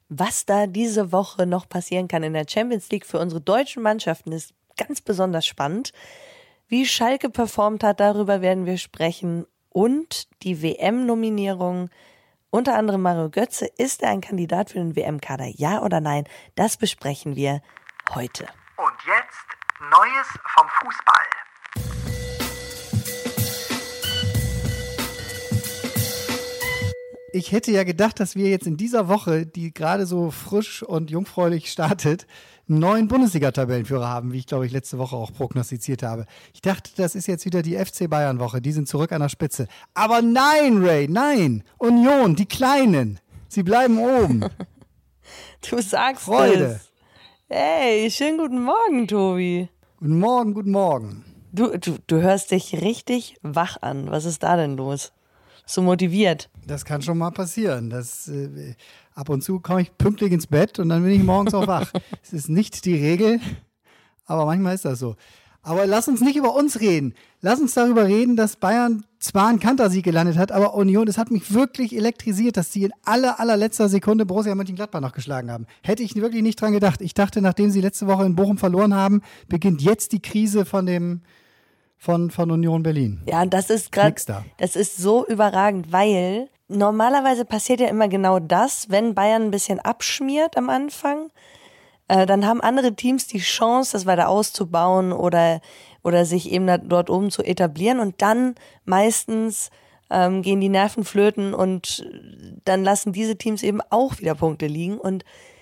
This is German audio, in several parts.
was da diese Woche noch passieren kann in der Champions League für unsere deutschen Mannschaften, ist ganz besonders spannend. Wie Schalke performt hat, darüber werden wir sprechen. Und die WM-Nominierung, unter anderem Mario Götze, ist er ein Kandidat für den WM-Kader? Ja oder nein? Das besprechen wir heute. Und jetzt Neues vom Fußball. Ich hätte ja gedacht, dass wir jetzt in dieser Woche, die gerade so frisch und jungfräulich startet, einen neuen Bundesliga-Tabellenführer haben, wie ich glaube ich letzte Woche auch prognostiziert habe. Ich dachte, das ist jetzt wieder die FC Bayern-Woche, die sind zurück an der Spitze. Aber nein, Ray, nein! Union, die Kleinen, sie bleiben oben. Du sagst Freude. es. Hey, schönen guten Morgen, Tobi. Guten Morgen, guten Morgen. Du hörst dich richtig wach an. Was ist da denn los? So motiviert. Das kann schon mal passieren. Ab und zu komme ich pünktlich ins Bett und dann bin ich morgens auch wach. Es ist nicht die Regel, aber manchmal ist das so. Aber lass uns nicht über uns reden. Lass uns darüber reden, dass Bayern zwar einen Kantersieg gelandet hat, aber Union, das hat mich wirklich elektrisiert, dass sie in allerletzter Sekunde Borussia Mönchengladbach noch geschlagen haben. Hätte ich wirklich nicht dran gedacht. Ich dachte, nachdem sie letzte Woche in Bochum verloren haben, beginnt jetzt die Krise von Union Berlin. Ja, und das ist gerade, das ist so überragend, weil normalerweise passiert ja immer genau das, wenn Bayern ein bisschen abschmiert am Anfang, dann haben andere Teams die Chance, das weiter auszubauen oder sich eben dort oben zu etablieren und dann meistens gehen die Nerven flöten und dann lassen diese Teams eben auch wieder Punkte liegen und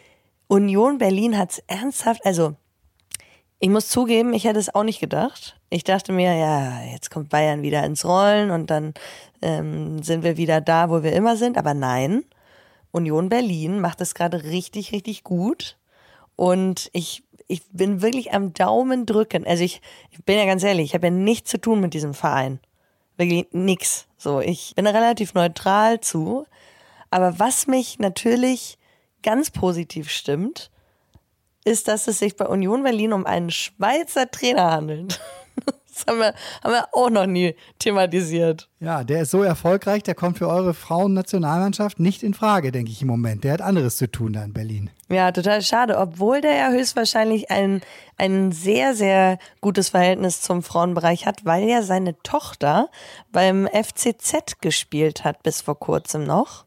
Union Berlin hat es ernsthaft, also ich muss zugeben, ich hätte es auch nicht gedacht. Ich dachte mir, ja, jetzt kommt Bayern wieder ins Rollen und dann sind wir wieder da, wo wir immer sind. Aber nein, Union Berlin macht es gerade richtig, richtig gut. Und ich bin wirklich am Daumen drücken. Also ich bin ja ganz ehrlich, ich habe ja nichts zu tun mit diesem Verein. Wirklich nix. So, ich bin relativ neutral zu. Aber was mich natürlich ganz positiv stimmt, ist, dass es sich bei Union Berlin um einen Schweizer Trainer handelt. Das haben wir auch noch nie thematisiert. Ja, der ist so erfolgreich, der kommt für eure Frauennationalmannschaft nicht in Frage, denke ich im Moment. Der hat anderes zu tun da in Berlin. Ja, total schade, obwohl der ja höchstwahrscheinlich ein sehr, sehr gutes Verhältnis zum Frauenbereich hat, weil ja seine Tochter beim FCZ gespielt hat, bis vor kurzem noch.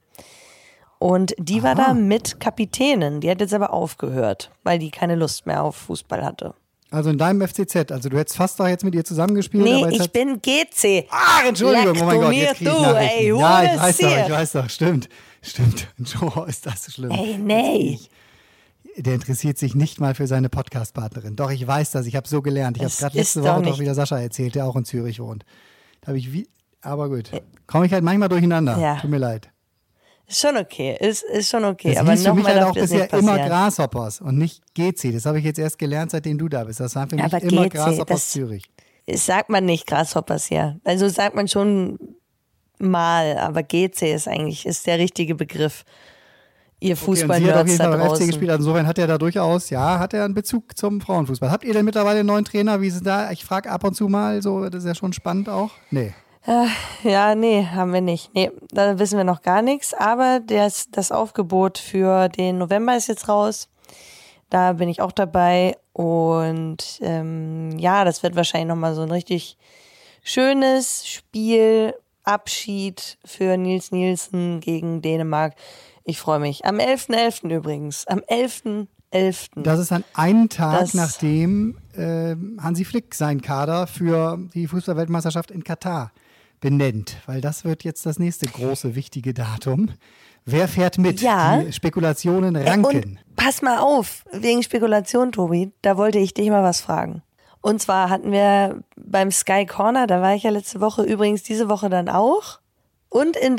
Und die war da mit Kapitänin. Die hat jetzt aber aufgehört, weil die keine Lust mehr auf Fußball hatte. Also in deinem FCZ. Also du hättest fast doch jetzt mit ihr zusammengespielt. Nee, aber ich bin GC. Entschuldigung. Oh mein Gott, jetzt krieg ich Nachrichten. Ey, ja, ich weiß doch. Stimmt. Joe, ist das so schlimm. Ey, nee. Der interessiert sich nicht mal für seine Podcast-Partnerin. Doch, ich weiß das. Ich habe so gelernt. Ich habe gerade letzte Woche doch wieder Sascha erzählt, der auch in Zürich wohnt. Da habe ich aber gut. Komme ich halt manchmal durcheinander. Ja. Tut mir leid. Ist schon okay, ist schon okay. Das aber hieß für mich halt auch bisher immer Grasshoppers und nicht GC. Das habe ich jetzt erst gelernt, seitdem du da bist. Das waren für mich aber immer GC, Grasshoppers Zürich. Sagt man nicht Grasshoppers hier. Also sagt man schon mal, aber GC ist der richtige Begriff. Ihr Fußball-Nerds hat auf jeden Fall da beim FC draußen. gespielt. Also insofern hat er da durchaus, einen Bezug zum Frauenfußball. Habt ihr denn mittlerweile einen neuen Trainer? Wie ist es da? Ich frage ab und zu mal, so, das ist ja schon spannend auch. Nee. Ja, nee, haben wir nicht. Nee, da wissen wir noch gar nichts. Aber das Aufgebot für den November ist jetzt raus. Da bin ich auch dabei. Und das wird wahrscheinlich nochmal so ein richtig schönes Spiel. Abschied für Nils Nielsen gegen Dänemark. Ich freue mich. Am 11.11. übrigens. Am 11.11. Das ist dann ein Tag, nachdem Hansi Flick seinen Kader für die Fußball-Weltmeisterschaft in Katar benennt. Weil das wird jetzt das nächste große, wichtige Datum. Wer fährt mit? Ja. Die Spekulationen ranken. Und pass mal auf, wegen Spekulation, Tobi, da wollte ich dich mal was fragen. Und zwar hatten wir beim Sky Corner, da war ich ja letzte Woche, übrigens diese Woche dann auch. Und in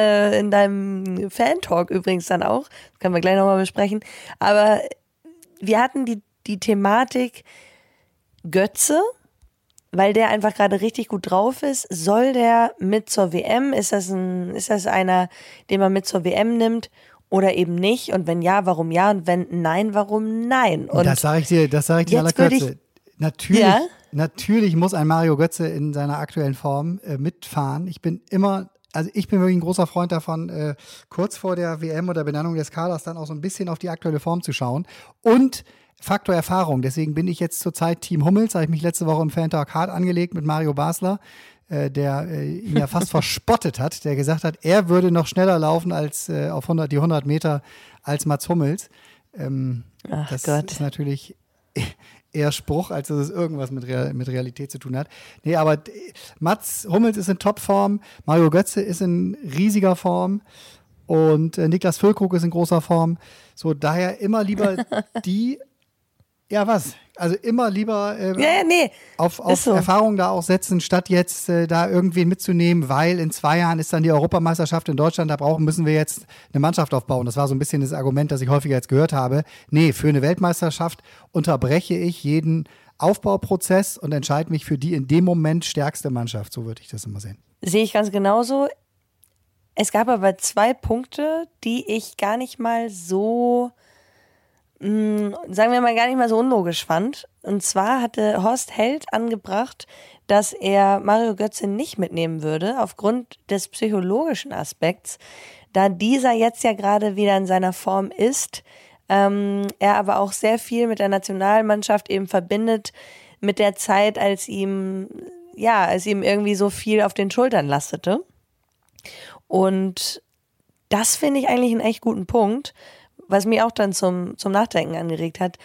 deinem Fan-Talk übrigens dann auch. Das können wir gleich nochmal besprechen. Aber wir hatten die Thematik Götze, weil der einfach gerade richtig gut drauf ist. Soll der mit zur WM? Ist das einer, den man mit zur WM nimmt oder eben nicht? Und wenn ja, warum ja? Und wenn nein, warum nein? Und das sage ich dir aller Kürze. Natürlich muss ein Mario Götze in seiner aktuellen Form mitfahren. Ich bin immer Also ich bin wirklich ein großer Freund davon, kurz vor der WM oder Benennung des Kaders dann auch so ein bisschen auf die aktuelle Form zu schauen. Und Faktor Erfahrung. Deswegen bin ich jetzt zurzeit Team Hummels. Habe ich mich letzte Woche im Fan-Talk hart angelegt mit Mario Basler, der ihn ja fast verspottet hat, der gesagt hat, er würde noch schneller laufen als auf die 100 Meter als Mats Hummels. Das Gott. ist natürlich eher Spruch, als dass es irgendwas mit Realität zu tun hat. Nee, aber Mats Hummels ist in Topform, Mario Götze ist in riesiger Form und Niklas Füllkrug ist in großer Form. So, daher immer lieber die, ja was, also immer lieber auf so. Erfahrung da auch setzen, statt jetzt da irgendwen mitzunehmen, weil in 2 Jahren ist dann die Europameisterschaft in Deutschland, müssen wir jetzt eine Mannschaft aufbauen. Das war so ein bisschen das Argument, das ich häufiger jetzt gehört habe. Nee, für eine Weltmeisterschaft unterbreche ich jeden Aufbauprozess und entscheide mich für die in dem Moment stärkste Mannschaft. So würde ich das immer sehen. Sehe ich ganz genauso. Es gab aber 2 Punkte, die ich gar nicht mal so, sagen wir mal, gar nicht mal so unlogisch fand. Und zwar hatte Horst Held angebracht, dass er Mario Götze nicht mitnehmen würde, aufgrund des psychologischen Aspekts, da dieser jetzt ja gerade wieder in seiner Form ist, er aber auch sehr viel mit der Nationalmannschaft eben verbindet mit der Zeit, als ihm irgendwie so viel auf den Schultern lastete. Und das finde ich eigentlich einen echt guten Punkt. Was mich auch dann zum Nachdenken angeregt hat,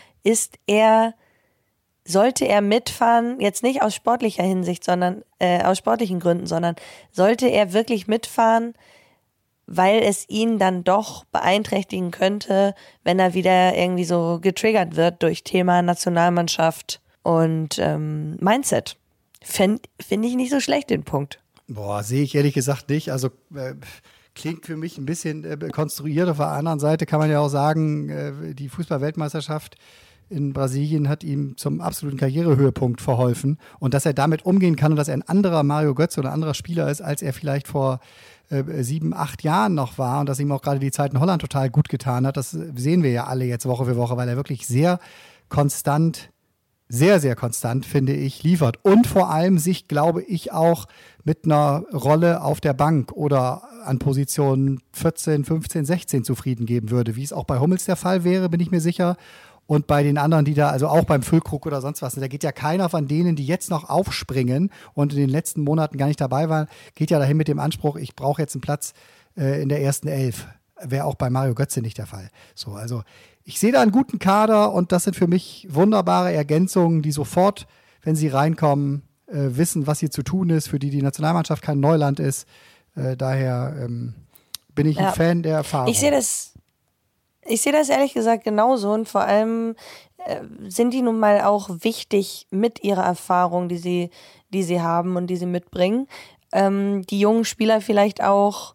sollte er mitfahren, jetzt nicht aus sportlicher Hinsicht, sondern aus sportlichen Gründen, sondern sollte er wirklich mitfahren, weil es ihn dann doch beeinträchtigen könnte, wenn er wieder irgendwie so getriggert wird durch Thema Nationalmannschaft und Mindset. Finde ich nicht so schlecht, den Punkt. Boah, sehe ich ehrlich gesagt nicht. Also klingt für mich ein bisschen konstruiert. Auf der anderen Seite kann man ja auch sagen, die Fußball-Weltmeisterschaft in Brasilien hat ihm zum absoluten Karrierehöhepunkt verholfen. Und dass er damit umgehen kann und dass er ein anderer Mario Götze oder ein anderer Spieler ist, als er vielleicht vor 7, 8 Jahren noch war und dass ihm auch gerade die Zeit in Holland total gut getan hat, das sehen wir ja alle jetzt Woche für Woche, weil er wirklich sehr konstant, sehr, sehr konstant, finde ich, liefert. Und vor allem sich, glaube ich, auch mit einer Rolle auf der Bank oder an Position 14, 15, 16 zufrieden geben würde, wie es auch bei Hummels der Fall wäre, bin ich mir sicher. Und bei den anderen, die da, also auch beim Füllkrug oder sonst was, da geht ja keiner von denen, die jetzt noch aufspringen und in den letzten Monaten gar nicht dabei waren, geht ja dahin mit dem Anspruch, ich brauche jetzt einen Platz in der ersten 11. Wäre auch bei Mario Götze nicht der Fall. So, also ich sehe da einen guten Kader und das sind für mich wunderbare Ergänzungen, die sofort, wenn sie reinkommen, wissen, was hier zu tun ist, für die Nationalmannschaft kein Neuland ist. Daher bin ich ein Fan der Erfahrung. Ich sehe das ehrlich gesagt genauso und vor allem sind die nun mal auch wichtig mit ihrer Erfahrung, die sie haben und die sie mitbringen. Die jungen Spieler vielleicht auch,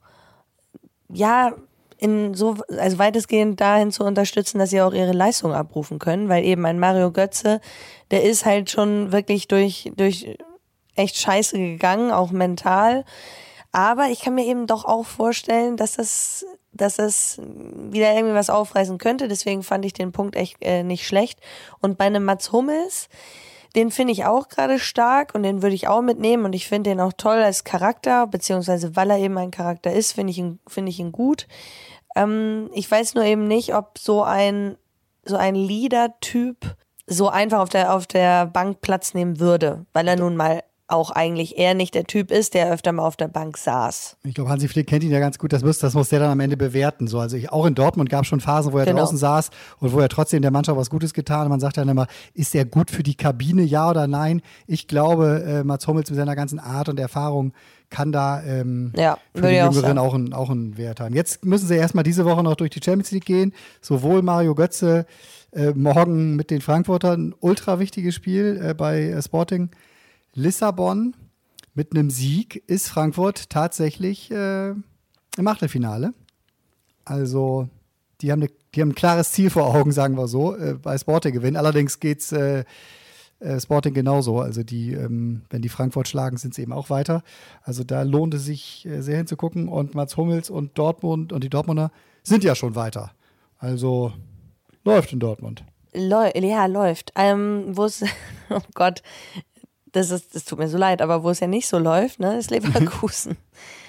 also weitestgehend dahin zu unterstützen, dass sie auch ihre Leistung abrufen können, weil eben ein Mario Götze, der ist halt schon wirklich durch echt Scheiße gegangen, auch mental. Aber ich kann mir eben doch auch vorstellen, dass es wieder irgendwie was aufreißen könnte. Deswegen fand ich den Punkt echt nicht schlecht. Und bei einem Mats Hummels, den finde ich auch gerade stark und den würde ich auch mitnehmen. Und ich finde den auch toll als Charakter, beziehungsweise weil er eben ein Charakter ist, finde ich ihn gut. Ich weiß nur eben nicht, ob so ein Leader-Typ so einfach auf der Bank Platz nehmen würde, weil er nun mal auch eigentlich eher nicht der Typ ist, der öfter mal auf der Bank saß. Ich glaube, Hansi Flick kennt ihn ja ganz gut, das muss der dann am Ende bewerten. So, also auch in Dortmund gab es schon Phasen, wo er draußen saß und wo er trotzdem der Mannschaft was Gutes getan hat. Und man sagt dann immer, ist er gut für die Kabine, ja oder nein? Ich glaube, Mats Hummels mit seiner ganzen Art und Erfahrung kann da für die Jüngeren auch einen Wert haben. Jetzt müssen sie erstmal diese Woche noch durch die Champions League gehen. Sowohl Mario Götze morgen mit den Frankfurtern, ein ultra wichtiges Spiel bei Sporting Lissabon. Mit einem Sieg ist Frankfurt tatsächlich im Achtelfinale. Also die haben ein klares Ziel vor Augen, sagen wir so, bei Sporting gewinnen. Allerdings geht's Sporting genauso. Also wenn die Frankfurt schlagen, sind sie eben auch weiter. Also da lohnt es sich sehr hinzugucken. Und Mats Hummels und Dortmund und die Dortmunder sind ja schon weiter. Also läuft in Dortmund. Läuft. Wo es, oh Gott, das tut mir so leid, aber wo es ja nicht so läuft, ne, ist Leverkusen.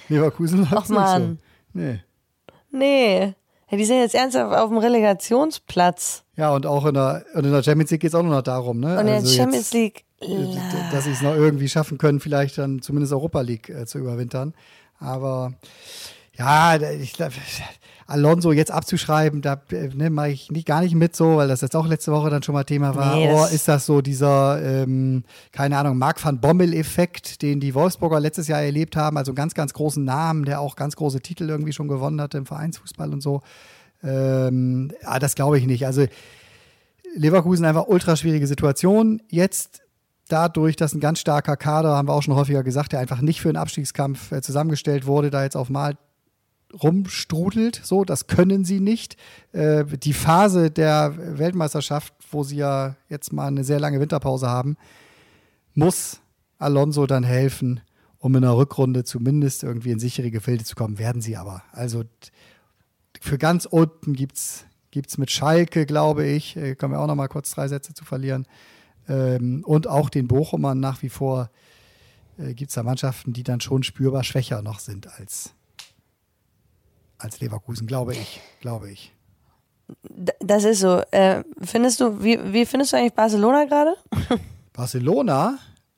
Leverkusen läuft Ach Mann. So. Nee. Ja, die sind jetzt ernsthaft auf dem Relegationsplatz. Ja, und auch in der Champions League geht es auch nur noch darum, ne? Und in der Champions League. Dass sie es noch irgendwie schaffen können, vielleicht dann zumindest Europa League zu überwintern. Aber ja, ich glaube, Alonso jetzt abzuschreiben, da mache ich gar nicht mit so, weil das jetzt auch letzte Woche dann schon mal Thema war. Nee, ist das so dieser, keine Ahnung, Marc van Bommel-Effekt, den die Wolfsburger letztes Jahr erlebt haben, also einen ganz, ganz großen Namen, der auch ganz große Titel irgendwie schon gewonnen hatte im Vereinsfußball und so. Das glaube ich nicht. Also Leverkusen einfach ultra schwierige Situation. Jetzt dadurch, dass ein ganz starker Kader, haben wir auch schon häufiger gesagt, der einfach nicht für einen Abstiegskampf zusammengestellt wurde, da jetzt auf Mal rumstrudelt, so, das können sie nicht. Die Phase der Weltmeisterschaft, wo sie ja jetzt mal eine sehr lange Winterpause haben, muss Alonso dann helfen, um in der Rückrunde zumindest irgendwie in sichere Gefilde zu kommen, werden sie aber. Also für ganz unten gibt's mit Schalke, glaube ich, können wir auch noch mal kurz 3 Sätze zu verlieren, und auch den Bochumern nach wie vor gibt es da Mannschaften, die dann schon spürbar schwächer noch sind als Leverkusen, glaube ich. Das ist so. Findest du, wie findest du eigentlich Barcelona gerade? Barcelona?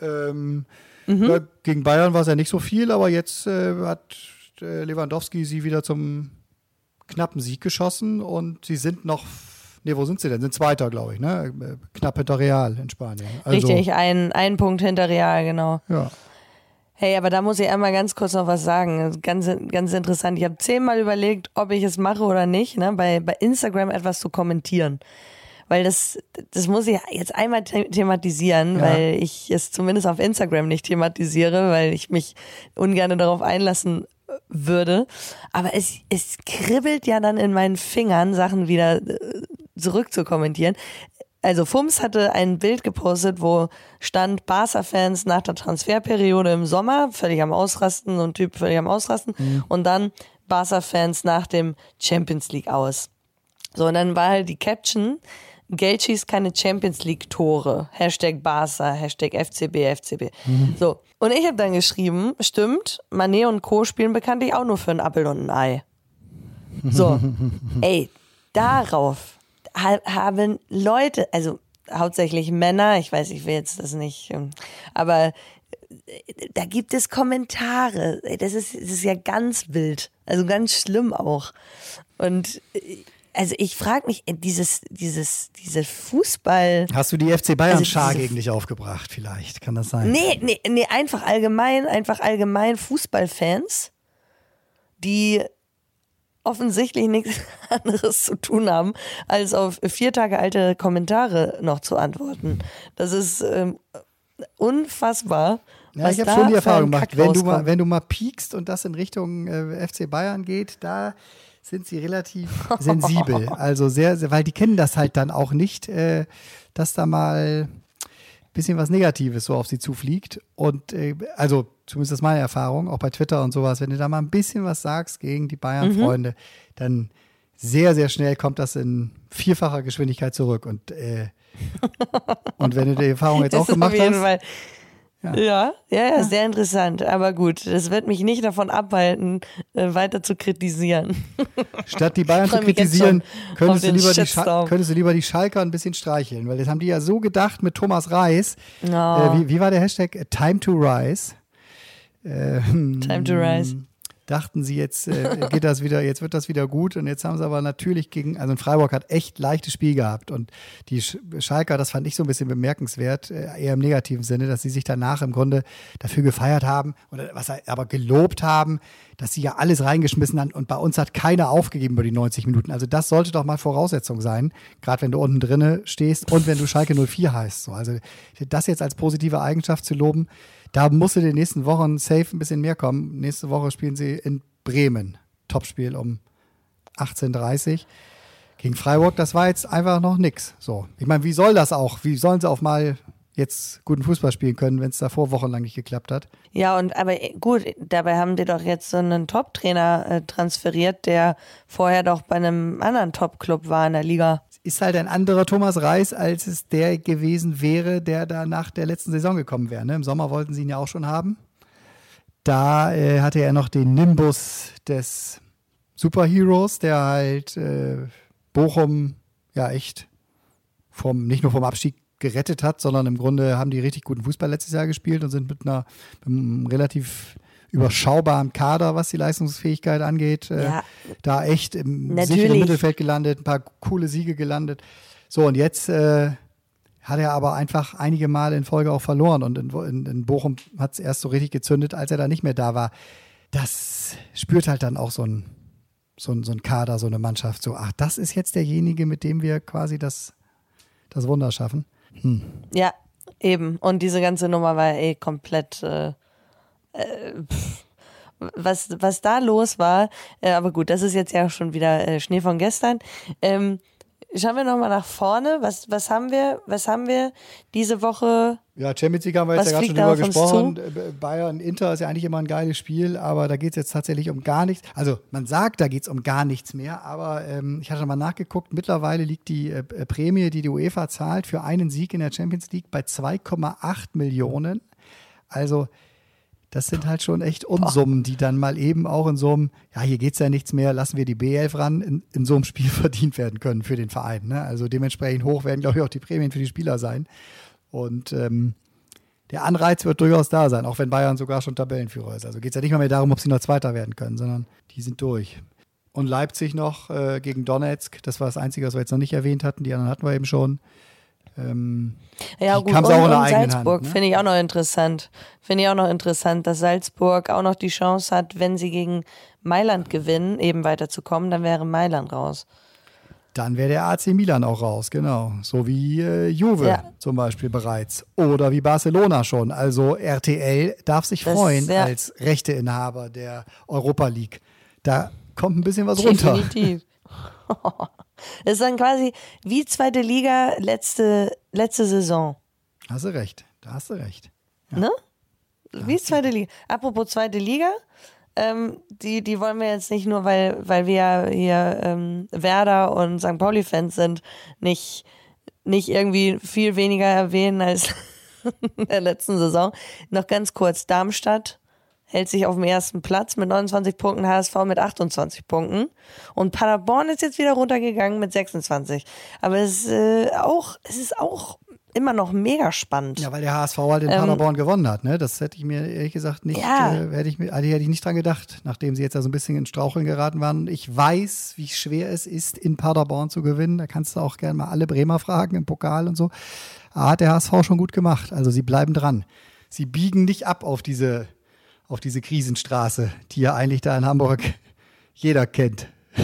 Ja, gegen Bayern war es ja nicht so viel, aber jetzt hat Lewandowski sie wieder zum knappen Sieg geschossen und sie sind noch, wo sind sie denn? Sind Zweiter, glaube ich, ne? Knapp hinter Real in Spanien. Also, richtig, ein Punkt hinter Real, genau. Ja. Hey, aber da muss ich einmal ganz kurz noch was sagen. Ganz, ganz interessant. Ich habe 10-mal überlegt, ob ich es mache oder nicht, ne? Bei Instagram etwas zu kommentieren. Weil das muss ich jetzt einmal thematisieren, ja. Weil ich es zumindest auf Instagram nicht thematisiere, weil ich mich ungern darauf einlassen würde. Aber es kribbelt ja dann in meinen Fingern, Sachen wieder zurück zu kommentieren. Also Fums hatte ein Bild gepostet, wo stand Barca-Fans nach der Transferperiode im Sommer, völlig am Ausrasten, so ein Typ völlig am Ausrasten, und dann Barca-Fans nach dem Champions League aus. So, und dann war halt die Caption, Geld schießt keine Champions League-Tore, #Barca, #FCB. So, und ich habe dann geschrieben, stimmt, Mané und Co. spielen bekanntlich auch nur für einen Appel und ein Ei. So, ey, darauf haben Leute, also hauptsächlich Männer, ich weiß, ich will jetzt das nicht, aber da gibt es Kommentare. Das ist ja ganz wild, also ganz schlimm auch. Und also ich frage mich, diese Fußball... Hast du die FC Bayern-Schar gegen dich aufgebracht vielleicht? Kann das sein? Nee, einfach allgemein Fußballfans, die offensichtlich nichts anderes zu tun haben, als auf 4 Tage alte Kommentare noch zu antworten. Das ist unfassbar. Ja, ich habe schon die Erfahrung gemacht, wenn du mal piekst und das in Richtung FC Bayern geht, da sind sie relativ sensibel. Also sehr, sehr, weil die kennen das halt dann auch nicht, dass da mal ein bisschen was Negatives so auf sie zufliegt. Und also zumindest ist meine Erfahrung, auch bei Twitter und sowas, wenn du da mal ein bisschen was sagst gegen die Bayern-Freunde, dann sehr, sehr schnell kommt das in 4-facher Geschwindigkeit zurück. Und wenn du die Erfahrung jetzt auch gemacht hast. Auf jeden Fall. Ja, sehr interessant. Aber gut, das wird mich nicht davon abhalten, weiter zu kritisieren. Statt die Bayern zu kritisieren, könntest du lieber die Schalker ein bisschen streicheln, weil das haben die ja so gedacht mit Thomas Reis. Oh. Wie war der Hashtag? Time to Rise. Time to Rise. Dachten sie, jetzt geht das wieder, jetzt wird das wieder gut, und jetzt haben sie aber natürlich also Freiburg hat echt leichtes Spiel gehabt, und die Schalker, das fand ich so ein bisschen bemerkenswert, eher im negativen Sinne, dass sie sich danach im Grunde dafür gefeiert haben, oder aber gelobt haben, dass sie ja alles reingeschmissen haben, und bei uns hat keiner aufgegeben über die 90 Minuten. Also das sollte doch mal Voraussetzung sein, gerade wenn du unten drinne stehst und wenn du Schalke 04 heißt. So. Also das jetzt als positive Eigenschaft zu loben, da musst du in den nächsten Wochen safe ein bisschen mehr kommen. Nächste Woche spielen sie in Bremen. Topspiel um 18:30 Uhr gegen Freiburg. Das war jetzt einfach noch nix. So. Ich meine, wie soll das auch? Wie sollen sie auch mal jetzt guten Fußball spielen können, wenn es davor wochenlang nicht geklappt hat? Ja, aber gut, dabei haben die doch jetzt so einen Top-Trainer transferiert, der vorher doch bei einem anderen Top-Club war in der Liga. Ist halt ein anderer Thomas Reis, als es der gewesen wäre, der da nach der letzten Saison gekommen wäre. Ne? Im Sommer wollten sie ihn ja auch schon haben. Da hatte er noch den Nimbus des Superheroes, der halt Bochum ja echt nicht nur vom Abstieg gerettet hat, sondern im Grunde haben die richtig guten Fußball letztes Jahr gespielt und sind mit einem relativ überschaubaren Kader, was die Leistungsfähigkeit angeht, da echt im sicheren Mittelfeld gelandet, ein paar coole Siege gelandet. So, und jetzt hat er aber einfach einige Male in Folge auch verloren und in Bochum hat es erst so richtig gezündet, als er da nicht mehr da war. Das spürt halt dann auch so ein Kader, so eine Mannschaft, so, ach, das ist jetzt derjenige, mit dem wir quasi das Wunder schaffen. Ja, eben. Und diese ganze Nummer war komplett was da los war, aber gut, das ist jetzt ja schon wieder Schnee von gestern. Schauen wir nochmal nach vorne. Was haben wir diese Woche? Ja, Champions League haben wir jetzt ja gerade schon drüber gesprochen. Bayern, Inter ist ja eigentlich immer ein geiles Spiel, aber da geht es jetzt tatsächlich um gar nichts. Also man sagt, da geht es um gar nichts mehr, aber ich hatte mal nachgeguckt, mittlerweile liegt die Prämie, die UEFA zahlt für einen Sieg in der Champions League bei 2,8 Millionen. Also das sind halt schon echt Unsummen, die dann mal eben auch in so einem, ja, hier geht's ja nichts mehr, lassen wir die B11 ran, in so einem Spiel verdient werden können für den Verein. Ne? Also dementsprechend hoch werden, glaube ich, auch die Prämien für die Spieler sein. Und der Anreiz wird durchaus da sein, auch wenn Bayern sogar schon Tabellenführer ist. Also geht es ja nicht mal mehr darum, ob sie noch Zweiter werden können, sondern die sind durch. Und Leipzig noch gegen Donetsk, das war das Einzige, was wir jetzt noch nicht erwähnt hatten. Die anderen hatten wir eben schon. Ja gut, und Salzburg finde ich auch noch interessant. Dass Salzburg auch noch die Chance hat, wenn sie gegen Mailand gewinnen, eben weiterzukommen, dann wäre Mailand raus. Dann wäre der AC Milan auch raus, genau. So wie Juve zum Beispiel bereits. Oder wie Barcelona schon. Also RTL darf sich freuen als Rechteinhaber der Europa League. Da kommt ein bisschen was runter. Definitiv. Das ist dann quasi wie zweite Liga letzte Saison. Da hast du recht. Ja. Ne? Wie zweite Liga. Apropos zweite Liga, die wollen wir jetzt nicht nur, weil wir hier Werder und St. Pauli-Fans sind, nicht irgendwie viel weniger erwähnen als in der letzten Saison. Noch ganz kurz, Darmstadt hält sich auf dem ersten Platz mit 29 Punkten, HSV mit 28 Punkten. Und Paderborn ist jetzt wieder runtergegangen mit 26. Aber es ist auch immer noch mega spannend. Ja, weil der HSV halt in Paderborn gewonnen hat. Ne? Das hätte ich mir ehrlich gesagt nicht, hätte ich nicht dran gedacht, nachdem sie jetzt da so ein bisschen in Straucheln geraten waren. Ich weiß, wie schwer es ist, in Paderborn zu gewinnen. Da kannst du auch gerne mal alle Bremer fragen im Pokal und so. Aber hat der HSV schon gut gemacht. Also sie bleiben dran. Sie biegen nicht ab auf diese Krisenstraße, die ja eigentlich da in Hamburg jeder kennt.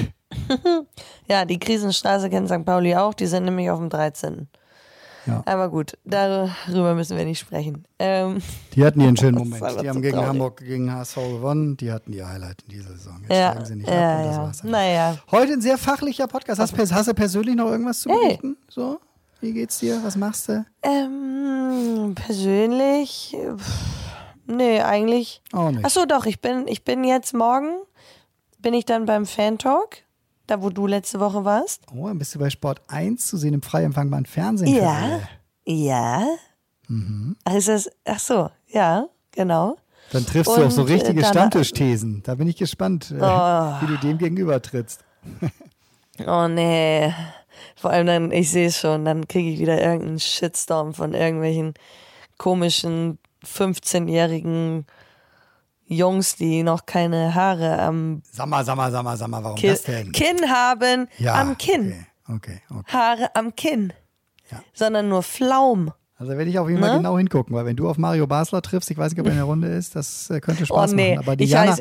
Ja, die Krisenstraße kennt St. Pauli auch, die sind nämlich auf dem 13. Ja. Aber gut, darüber müssen wir nicht sprechen. Die hatten ihren schönen Moment. Die haben gegen Hamburg, gegen HSV gewonnen. Die hatten ihr Highlight in dieser Saison. Jetzt steigen sie nicht ab und das war's. Naja. Heute ein sehr fachlicher Podcast. Hast du persönlich noch irgendwas zu berichten? So, wie geht's dir? Was machst du? Persönlich... Nee, eigentlich. Auch nicht. Achso, doch, ich bin jetzt morgen, bin ich dann beim Fan-Talk, da wo du letzte Woche warst. Oh, dann bist du bei Sport 1 zu sehen im frei empfangbaren Fernsehen. Ja. Mhm. Ach so, ja, genau. Dann triffst du auch so richtige Stammtischthesen. Da bin ich gespannt, wie du dem gegenüber trittst. Oh nee, vor allem dann, ich sehe es schon, dann kriege ich wieder irgendeinen Shitstorm von irgendwelchen komischen 15-jährigen Jungs, die noch keine Haare am Sag mal, warum das denn? Kinn haben, ja, am Kinn. Okay. Haare am Kinn. Ja. Sondern nur Flaum. Also werde ich auf jeden Fall genau hingucken, weil wenn du auf Mario Basler triffst, ich weiß nicht, ob er in der Runde ist, das könnte Spaß machen. Aber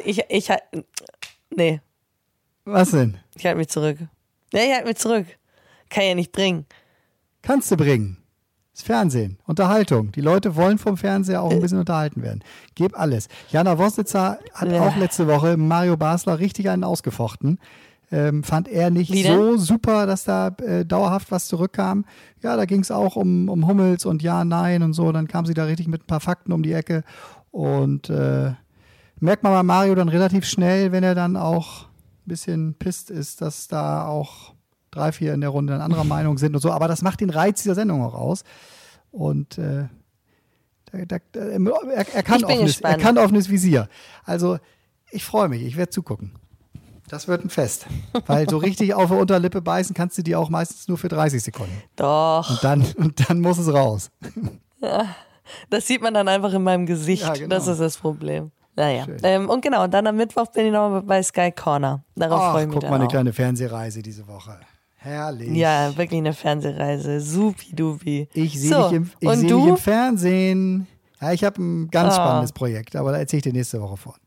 nee. Was denn? Ich halte mich zurück. Nee, ich halte mich zurück. Kann ja nicht bringen. Kannst du bringen. Das Fernsehen, Unterhaltung. Die Leute wollen vom Fernseher auch ein bisschen unterhalten werden. Gib alles. Jana Wosnitzer hat auch letzte Woche Mario Basler richtig einen ausgefochten. Fand er nicht so super, dass da dauerhaft was zurückkam. Ja, da ging es auch um Hummels und Ja, Nein und so. Dann kam sie da richtig mit ein paar Fakten um die Ecke. Und merkt man bei Mario dann relativ schnell, wenn er dann auch ein bisschen pisst ist, dass da auch 3, 4 in der Runde dann anderer Meinung sind und so. Aber das macht den Reiz dieser Sendung auch aus. Und da Er kann offenes Visier. Also ich freue mich, ich werde zugucken. Das wird ein Fest. Weil so richtig auf der Unterlippe beißen kannst du die auch meistens nur für 30 Sekunden. Doch. Und dann muss es raus. Ja, das sieht man dann einfach in meinem Gesicht. Ja, genau. Das ist das Problem. Naja. Und genau, und dann am Mittwoch bin ich noch bei Sky Corner. Darauf freue ich mich. Guck mal, eine kleine Fernsehreise diese Woche. Herrlich. Ja, wirklich eine Fernsehreise. Supi-dupi. Ich sehe dich im Fernsehen. Ja, ich habe ein ganz spannendes Projekt, aber da erzähle ich dir nächste Woche von.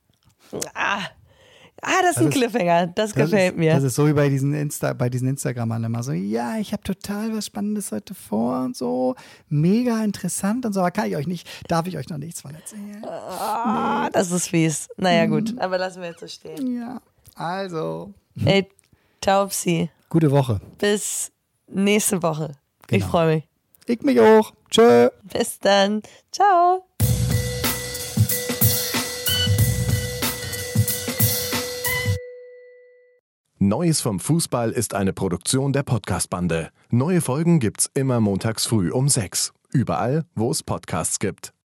Das ist ein Cliffhanger, das gefällt mir. Das ist so wie bei diesen Instagramern immer so, ja, ich habe total was Spannendes heute vor und so, mega interessant und so, aber darf ich euch noch nichts von erzählen. Nee. Das ist fies. Naja gut, aber lassen wir jetzt so stehen. Ja, also. Ey, Taubsi. Gute Woche. Bis nächste Woche. Genau. Ich freue mich. Ich mich auch. Tschö. Bis dann. Ciao. Neues vom Fußball ist eine Produktion der Podcast-Bande. Neue Folgen gibt's immer montags früh um 6. Überall, wo es Podcasts gibt.